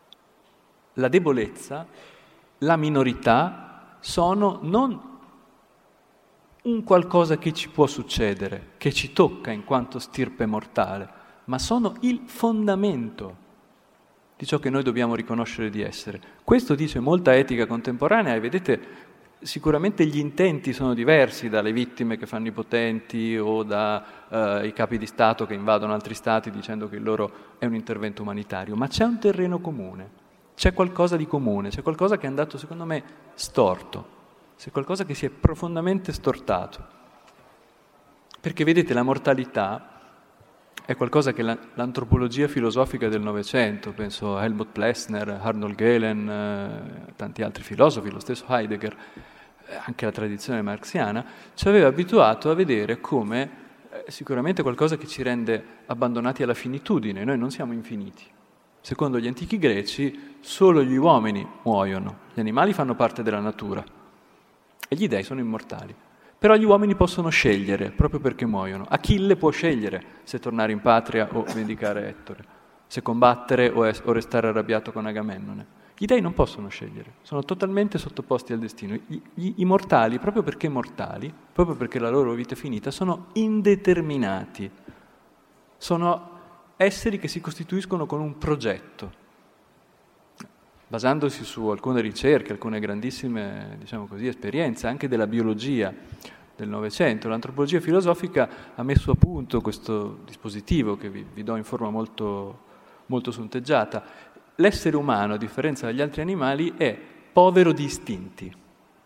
la debolezza, la minorità sono non un qualcosa che ci può succedere, che ci tocca in quanto stirpe mortale, ma sono il fondamento di ciò che noi dobbiamo riconoscere di essere. Questo dice molta etica contemporanea e vedete sicuramente gli intenti sono diversi dalle vittime che fanno i potenti o dai eh, capi di Stato che invadono altri Stati dicendo che il loro è un intervento umanitario, ma c'è un terreno comune, c'è qualcosa di comune, c'è qualcosa che è andato secondo me storto, c'è qualcosa che si è profondamente stortato. Perché vedete la mortalità è qualcosa che la, l'antropologia filosofica del Novecento, penso a Helmut Plessner, Arnold Gehlen, eh, tanti altri filosofi, lo stesso Heidegger, anche la tradizione marxiana, ci aveva abituato a vedere come eh, sicuramente qualcosa che ci rende abbandonati alla finitudine. Noi non siamo infiniti. Secondo gli antichi greci, solo gli uomini muoiono, gli animali fanno parte della natura e gli dei sono immortali. Però gli uomini possono scegliere, proprio perché muoiono. Achille può scegliere se tornare in patria o vendicare Ettore, se combattere o, es- o restare arrabbiato con Agamennone. Gli dei non possono scegliere, sono totalmente sottoposti al destino. I, i, i mortali, proprio perché mortali, proprio perché la loro vita è finita, sono indeterminati. Sono esseri che si costituiscono con un progetto. Basandosi su alcune ricerche, alcune grandissime, diciamo così, esperienze, anche della biologia del Novecento, l'antropologia filosofica ha messo a punto questo dispositivo che vi, vi do in forma molto, molto sonteggiata. L'essere umano, a differenza dagli altri animali, è povero di istinti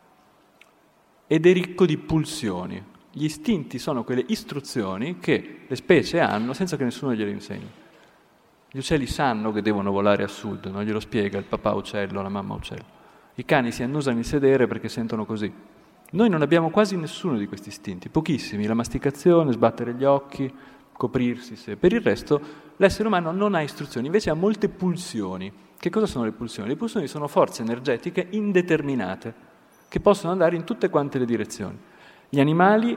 ed è ricco di pulsioni. Gli istinti sono quelle istruzioni che le specie hanno senza che nessuno gliele insegni. Gli uccelli sanno che devono volare a sud, non glielo spiega il papà uccello o la mamma uccello. I cani si annusano il sedere perché sentono così. Noi non abbiamo quasi nessuno di questi istinti, pochissimi, la masticazione, sbattere gli occhi, coprirsi. Se. Per il resto l'essere umano non ha istruzioni, invece ha molte pulsioni. Che cosa sono le pulsioni? Le pulsioni sono forze energetiche indeterminate che possono andare in tutte quante le direzioni. Gli animali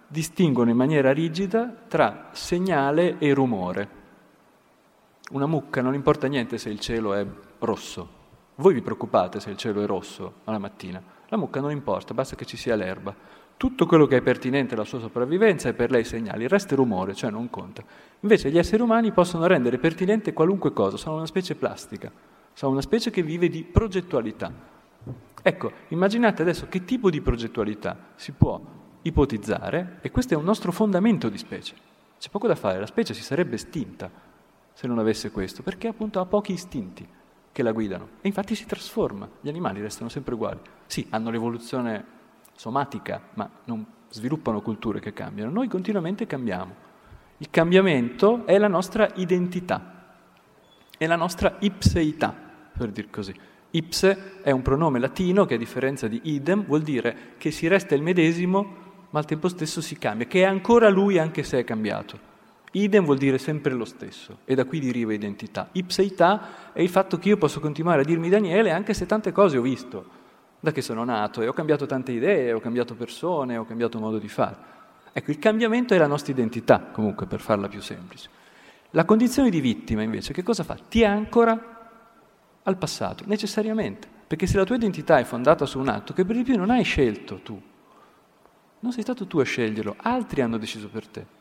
distinguono in maniera rigida tra segnale e rumore. Una mucca non importa niente se il cielo è rosso. Voi vi preoccupate se il cielo è rosso alla mattina. La mucca non importa, basta che ci sia l'erba. Tutto quello che è pertinente alla sua sopravvivenza è per lei segnale, il resto è rumore, cioè non conta. Invece gli esseri umani possono rendere pertinente qualunque cosa, sono una specie plastica, sono una specie che vive di progettualità. Ecco, immaginate adesso che tipo di progettualità si può ipotizzare, e questo è un nostro fondamento di specie. C'è poco da fare, la specie si sarebbe estinta se non avesse questo, perché appunto ha pochi istinti che la guidano, e infatti si trasforma, gli animali restano sempre uguali. Sì, hanno l'evoluzione somatica, ma non sviluppano culture che cambiano. Noi continuamente cambiamo. Il cambiamento è la nostra identità, è la nostra ipseità, per dir così. Ipse è un pronome latino che, a differenza di idem, vuol dire che si resta il medesimo, ma al tempo stesso si cambia, che è ancora lui anche se è cambiato. Idem vuol dire sempre lo stesso, e da qui deriva identità. Ipseità è il fatto che io posso continuare a dirmi Daniele anche se tante cose ho visto, da che sono nato, e ho cambiato tante idee, ho cambiato persone, ho cambiato modo di fare. Ecco, il cambiamento è la nostra identità, comunque, per farla più semplice. La condizione di vittima, invece, che cosa fa? Ti ancora al passato, necessariamente, perché se la tua identità è fondata su un atto che per di più non hai scelto tu, non sei stato tu a sceglierlo, altri hanno deciso per te.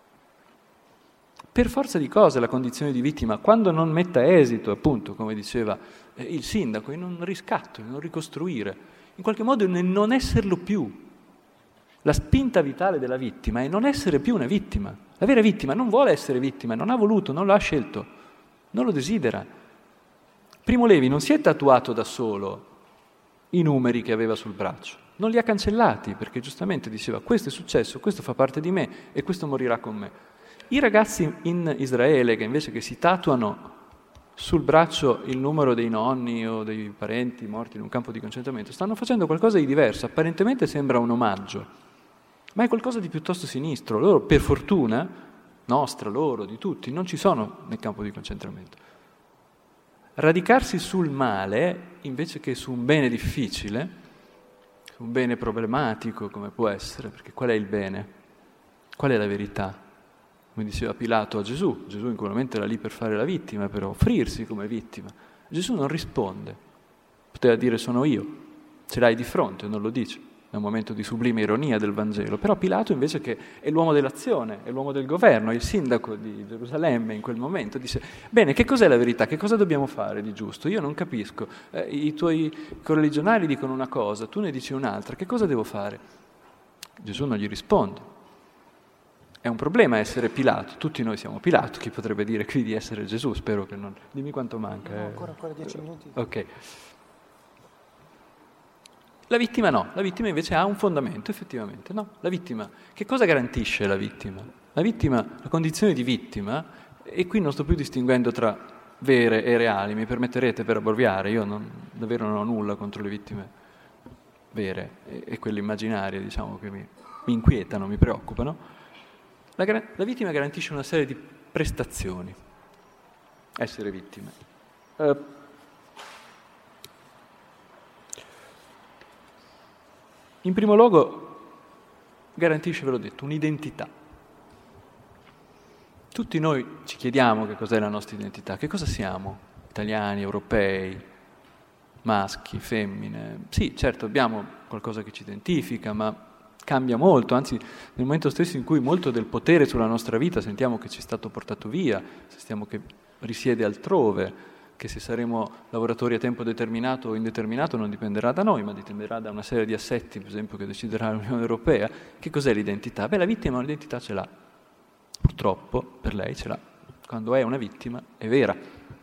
Per forza di cose la condizione di vittima, quando non metta esito, appunto, come diceva eh, il sindaco, in un riscatto, in un ricostruire, in qualche modo nel non esserlo più. La spinta vitale della vittima è non essere più una vittima. La vera vittima non vuole essere vittima, non ha voluto, non lo ha scelto, non lo desidera. Primo Levi non si è tatuato da solo i numeri che aveva sul braccio, non li ha cancellati, perché giustamente diceva questo è successo, questo fa parte di me e questo morirà con me. I ragazzi in Israele che invece che si tatuano sul braccio il numero dei nonni o dei parenti morti in un campo di concentramento stanno facendo qualcosa di diverso, apparentemente sembra un omaggio, ma è qualcosa di piuttosto sinistro. Loro, per fortuna, nostra, loro, di tutti, non ci sono nel campo di concentramento. Radicarsi sul male invece che su un bene difficile, su un bene problematico come può essere, perché qual è il bene? Qual è la verità? Come diceva Pilato a Gesù, Gesù in quel momento era lì per fare la vittima, per offrirsi come vittima. Gesù non risponde, poteva dire sono io, ce l'hai di fronte, non lo dice, è un momento di sublime ironia del Vangelo, però Pilato invece che è l'uomo dell'azione, è l'uomo del governo, è il sindaco di Gerusalemme in quel momento, dice bene, che cos'è la verità, che cosa dobbiamo fare di giusto? Io non capisco, eh, i tuoi correligionari dicono una cosa, tu ne dici un'altra, che cosa devo fare? Gesù non gli risponde. È un problema essere Pilato, tutti noi siamo Pilato, chi potrebbe dire qui di essere Gesù? Spero che non... Dimmi quanto manca. No, ancora, ancora dieci minuti. Ok. La vittima no, la vittima invece ha un fondamento, effettivamente. No, la vittima, che cosa garantisce la vittima? La vittima, la condizione di vittima, e qui non sto più distinguendo tra vere e reali, mi permetterete per abbreviare, io non, davvero non ho nulla contro le vittime vere e, e quelle immaginarie, diciamo, che mi, mi inquietano, mi preoccupano. La, la vittima garantisce una serie di prestazioni, essere vittime. Uh, in primo luogo garantisce, ve l'ho detto, un'identità. Tutti noi ci chiediamo che cos'è la nostra identità, che cosa siamo, italiani, europei, maschi, femmine. Sì, certo, abbiamo qualcosa che ci identifica, ma cambia molto, anzi nel momento stesso in cui molto del potere sulla nostra vita sentiamo che ci è stato portato via, sentiamo che risiede altrove, che se saremo lavoratori a tempo determinato o indeterminato non dipenderà da noi, ma dipenderà da una serie di assetti, per esempio, che deciderà l'Unione Europea. Che cos'è l'identità? Beh, la vittima un'identità ce l'ha, purtroppo per lei ce l'ha, quando è una vittima è vera.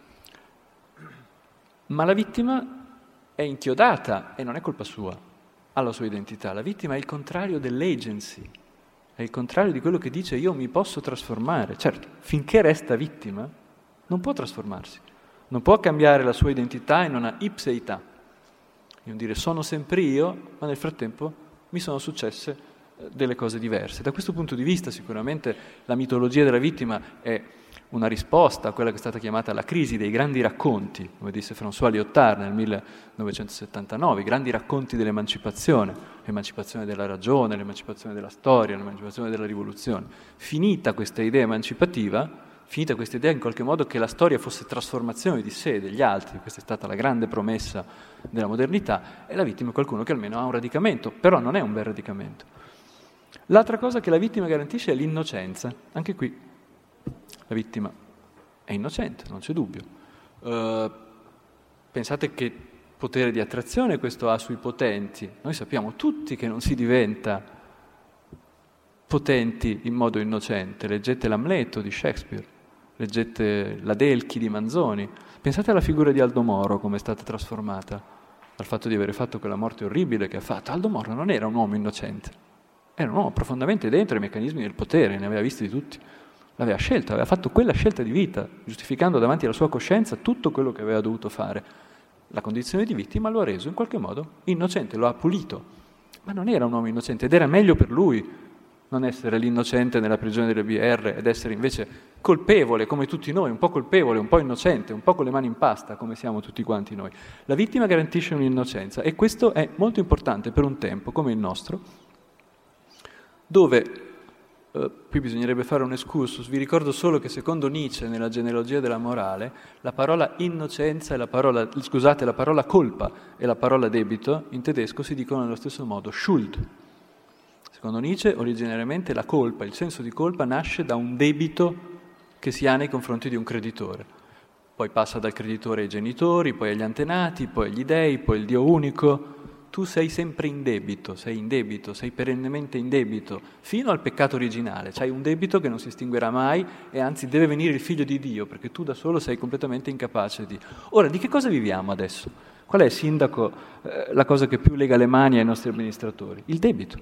Ma la vittima è inchiodata e non è colpa sua alla sua identità. La vittima è il contrario dell'agency, è il contrario di quello che dice io mi posso trasformare. Certo, finché resta vittima non può trasformarsi, non può cambiare la sua identità in una ipseità, non dire sono sempre io, ma nel frattempo mi sono successe delle cose diverse. Da questo punto di vista sicuramente la mitologia della vittima è una risposta a quella che è stata chiamata la crisi dei grandi racconti, come disse François Lyotard nel millenovecentosettantanove, i grandi racconti dell'emancipazione, l'emancipazione della ragione, l'emancipazione della storia, l'emancipazione della rivoluzione. Finita questa idea emancipativa, finita questa idea in qualche modo che la storia fosse trasformazione di sé, degli altri, questa è stata la grande promessa della modernità, e la vittima è qualcuno che almeno ha un radicamento, però non è un bel radicamento. L'altra cosa che la vittima garantisce è l'innocenza, anche qui. La vittima è innocente, non c'è dubbio. Uh, pensate che potere di attrazione questo ha sui potenti. Noi sappiamo tutti che non si diventa potenti in modo innocente. Leggete l'Amleto di Shakespeare, leggete l'Adelchi di Manzoni. Pensate alla figura di Aldo Moro, come è stata trasformata dal fatto di avere fatto quella morte orribile che ha fatto. Aldo Moro non era un uomo innocente, era un uomo profondamente dentro i meccanismi del potere, ne aveva visti di tutti. L'aveva scelto, aveva fatto quella scelta di vita, giustificando davanti alla sua coscienza tutto quello che aveva dovuto fare. La condizione di vittima lo ha reso in qualche modo innocente, lo ha pulito. Ma non era un uomo innocente ed era meglio per lui non essere l'innocente nella prigione delle B R ed essere invece colpevole, come tutti noi, un po' colpevole, un po' innocente, un po' con le mani in pasta, come siamo tutti quanti noi. La vittima garantisce un'innocenza e questo è molto importante per un tempo come il nostro, dove... Uh, qui bisognerebbe fare un excursus, vi ricordo solo che secondo Nietzsche nella genealogia della morale la parola innocenza e la parola, scusate, la parola colpa e la parola debito in tedesco si dicono nello stesso modo, Schuld. Secondo Nietzsche originariamente la colpa, il senso di colpa nasce da un debito che si ha nei confronti di un creditore, poi passa dal creditore ai genitori, poi agli antenati, poi agli dei, poi il Dio unico. Tu sei sempre in debito, sei in debito, sei perennemente in debito, fino al peccato originale. C'hai un debito che non si estinguerà mai e anzi deve venire il figlio di Dio, perché tu da solo sei completamente incapace di... Ora, di che cosa viviamo adesso? Qual è, sindaco, eh, la cosa che più lega le mani ai nostri amministratori? Il debito.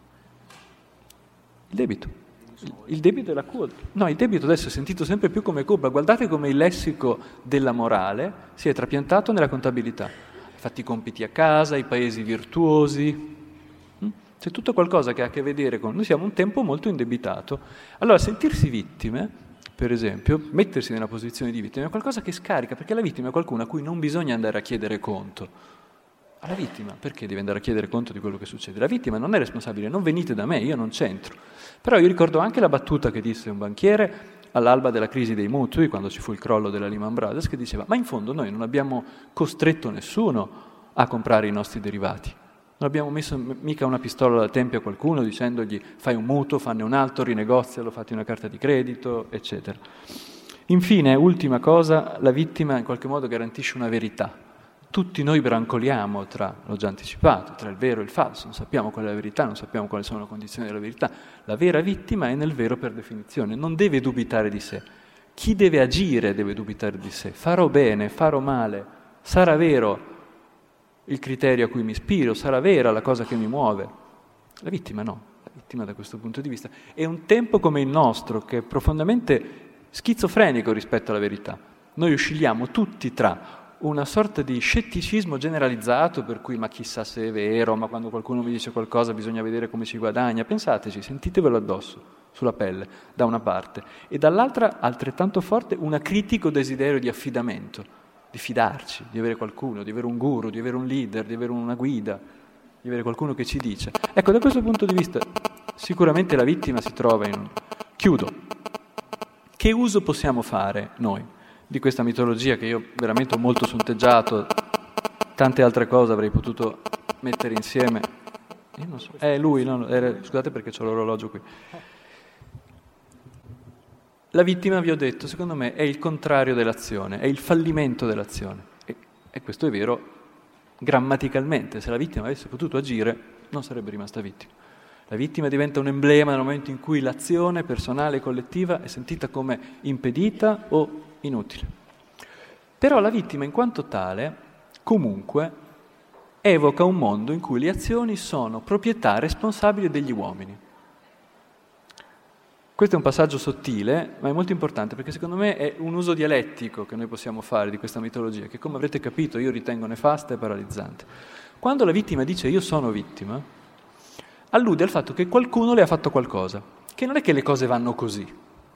Il debito. Il, il debito e la colpa. No, il debito adesso è sentito sempre più come colpa. Guardate come il lessico della morale si è trapiantato nella contabilità. Fatti i compiti a casa, i paesi virtuosi, c'è tutto qualcosa che ha a che vedere con... Noi siamo un tempo molto indebitato. Allora, sentirsi vittime, per esempio, mettersi nella posizione di vittima, è qualcosa che scarica, perché la vittima è qualcuno a cui non bisogna andare a chiedere conto. Alla vittima, perché deve andare a chiedere conto di quello che succede? La vittima non è responsabile, non venite da me, io non c'entro. Però io ricordo anche la battuta che disse un banchiere all'alba della crisi dei mutui, quando ci fu il crollo della Lehman Brothers, che diceva ma in fondo noi non abbiamo costretto nessuno a comprare i nostri derivati, non abbiamo messo mica una pistola alla tempia a qualcuno dicendogli fai un mutuo, fanne un altro, rinegozialo, fatti una carta di credito, eccetera. Infine, ultima cosa, la vittima in qualche modo garantisce una verità. Tutti noi brancoliamo tra, l'ho già anticipato, tra il vero e il falso, non sappiamo qual è la verità, non sappiamo quali sono le condizioni della verità. La vera vittima è nel vero per definizione, non deve dubitare di sé. Chi deve agire deve dubitare di sé. Farò bene, farò male, sarà vero il criterio a cui mi ispiro, sarà vera la cosa che mi muove. La vittima no, la vittima da questo punto di vista. È un tempo come il nostro, che è profondamente schizofrenico rispetto alla verità. Noi oscilliamo tutti tra una sorta di scetticismo generalizzato, per cui ma chissà se è vero, ma quando qualcuno vi dice qualcosa bisogna vedere come ci guadagna. Pensateci, sentitevelo addosso, sulla pelle, da una parte. E dall'altra, altrettanto forte, un acritico desiderio di affidamento, di fidarci, di avere qualcuno, di avere un guru, di avere un leader, di avere una guida, di avere qualcuno che ci dice. Ecco, da questo punto di vista, sicuramente la vittima si trova in un... Chiudo. Che uso possiamo fare noi di questa mitologia che io veramente ho molto sonteggiato, tante altre cose avrei potuto mettere insieme. Io non so. Eh, lui, no, era, scusate perché c'ho l'orologio qui. La vittima, vi ho detto, secondo me è il contrario dell'azione, è il fallimento dell'azione. E, e questo è vero grammaticalmente. Se la vittima avesse potuto agire, non sarebbe rimasta vittima. La vittima diventa un emblema nel momento in cui l'azione personale e collettiva è sentita come impedita o inutile. Però la vittima in quanto tale, comunque, evoca un mondo in cui le azioni sono proprietà responsabile degli uomini. Questo è un passaggio sottile, ma è molto importante perché secondo me è un uso dialettico che noi possiamo fare di questa mitologia, che come avrete capito io ritengo nefasta e paralizzante. Quando la vittima dice io sono vittima, allude al fatto che qualcuno le ha fatto qualcosa, che non è che le cose vanno così,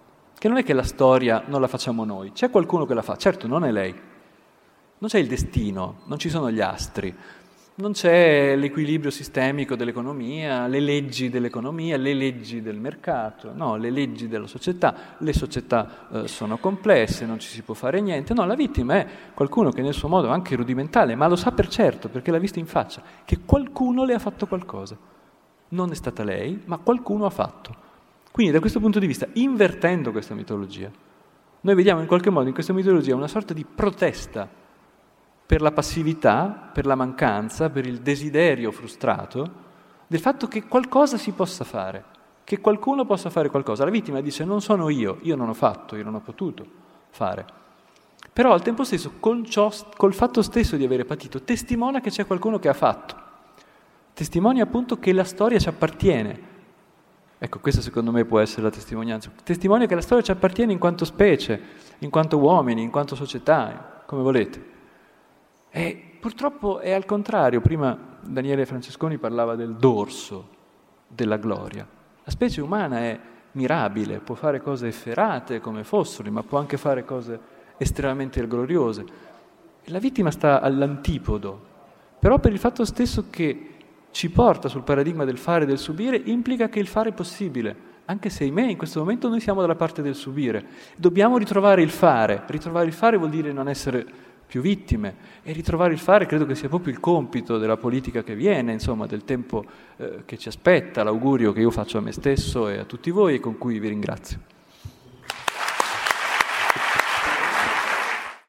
che non è che la storia non la facciamo noi, c'è qualcuno che la fa, certo non è lei, non c'è il destino, non ci sono gli astri, non c'è l'equilibrio sistemico dell'economia, le leggi dell'economia, le leggi del mercato, no, le leggi della società, le società eh, sono complesse, non ci si può fare niente, no, la vittima è qualcuno che nel suo modo anche rudimentale, ma lo sa per certo, perché l'ha visto in faccia, che qualcuno le ha fatto qualcosa. Non è stata lei, ma qualcuno ha fatto. Quindi da questo punto di vista, invertendo questa mitologia, noi vediamo in qualche modo in questa mitologia una sorta di protesta per la passività, per la mancanza, per il desiderio frustrato del fatto che qualcosa si possa fare, che qualcuno possa fare qualcosa. La vittima dice non sono io, io non ho fatto, io non ho potuto fare. Però al tempo stesso, col, ciò, col fatto stesso di avere patito, testimonia che c'è qualcuno che ha fatto. Testimonia appunto che la storia ci appartiene. Ecco, questa secondo me può essere la testimonianza. Testimonia che la storia ci appartiene in quanto specie, in quanto uomini, in quanto società, come volete. E purtroppo è al contrario. Prima Daniele Francesconi parlava del dorso della gloria. La specie umana è mirabile, può fare cose efferate come fossili, ma può anche fare cose estremamente gloriose. La vittima sta all'antipodo, però per il fatto stesso che ci porta sul paradigma del fare e del subire, implica che il fare è possibile, anche se ahimè in questo momento noi siamo dalla parte del subire. Dobbiamo ritrovare il fare. Ritrovare il fare vuol dire non essere più vittime, e ritrovare il fare credo che sia proprio il compito della politica che viene, insomma, del tempo eh, che ci aspetta, l'augurio che io faccio a me stesso e a tutti voi e con cui vi ringrazio.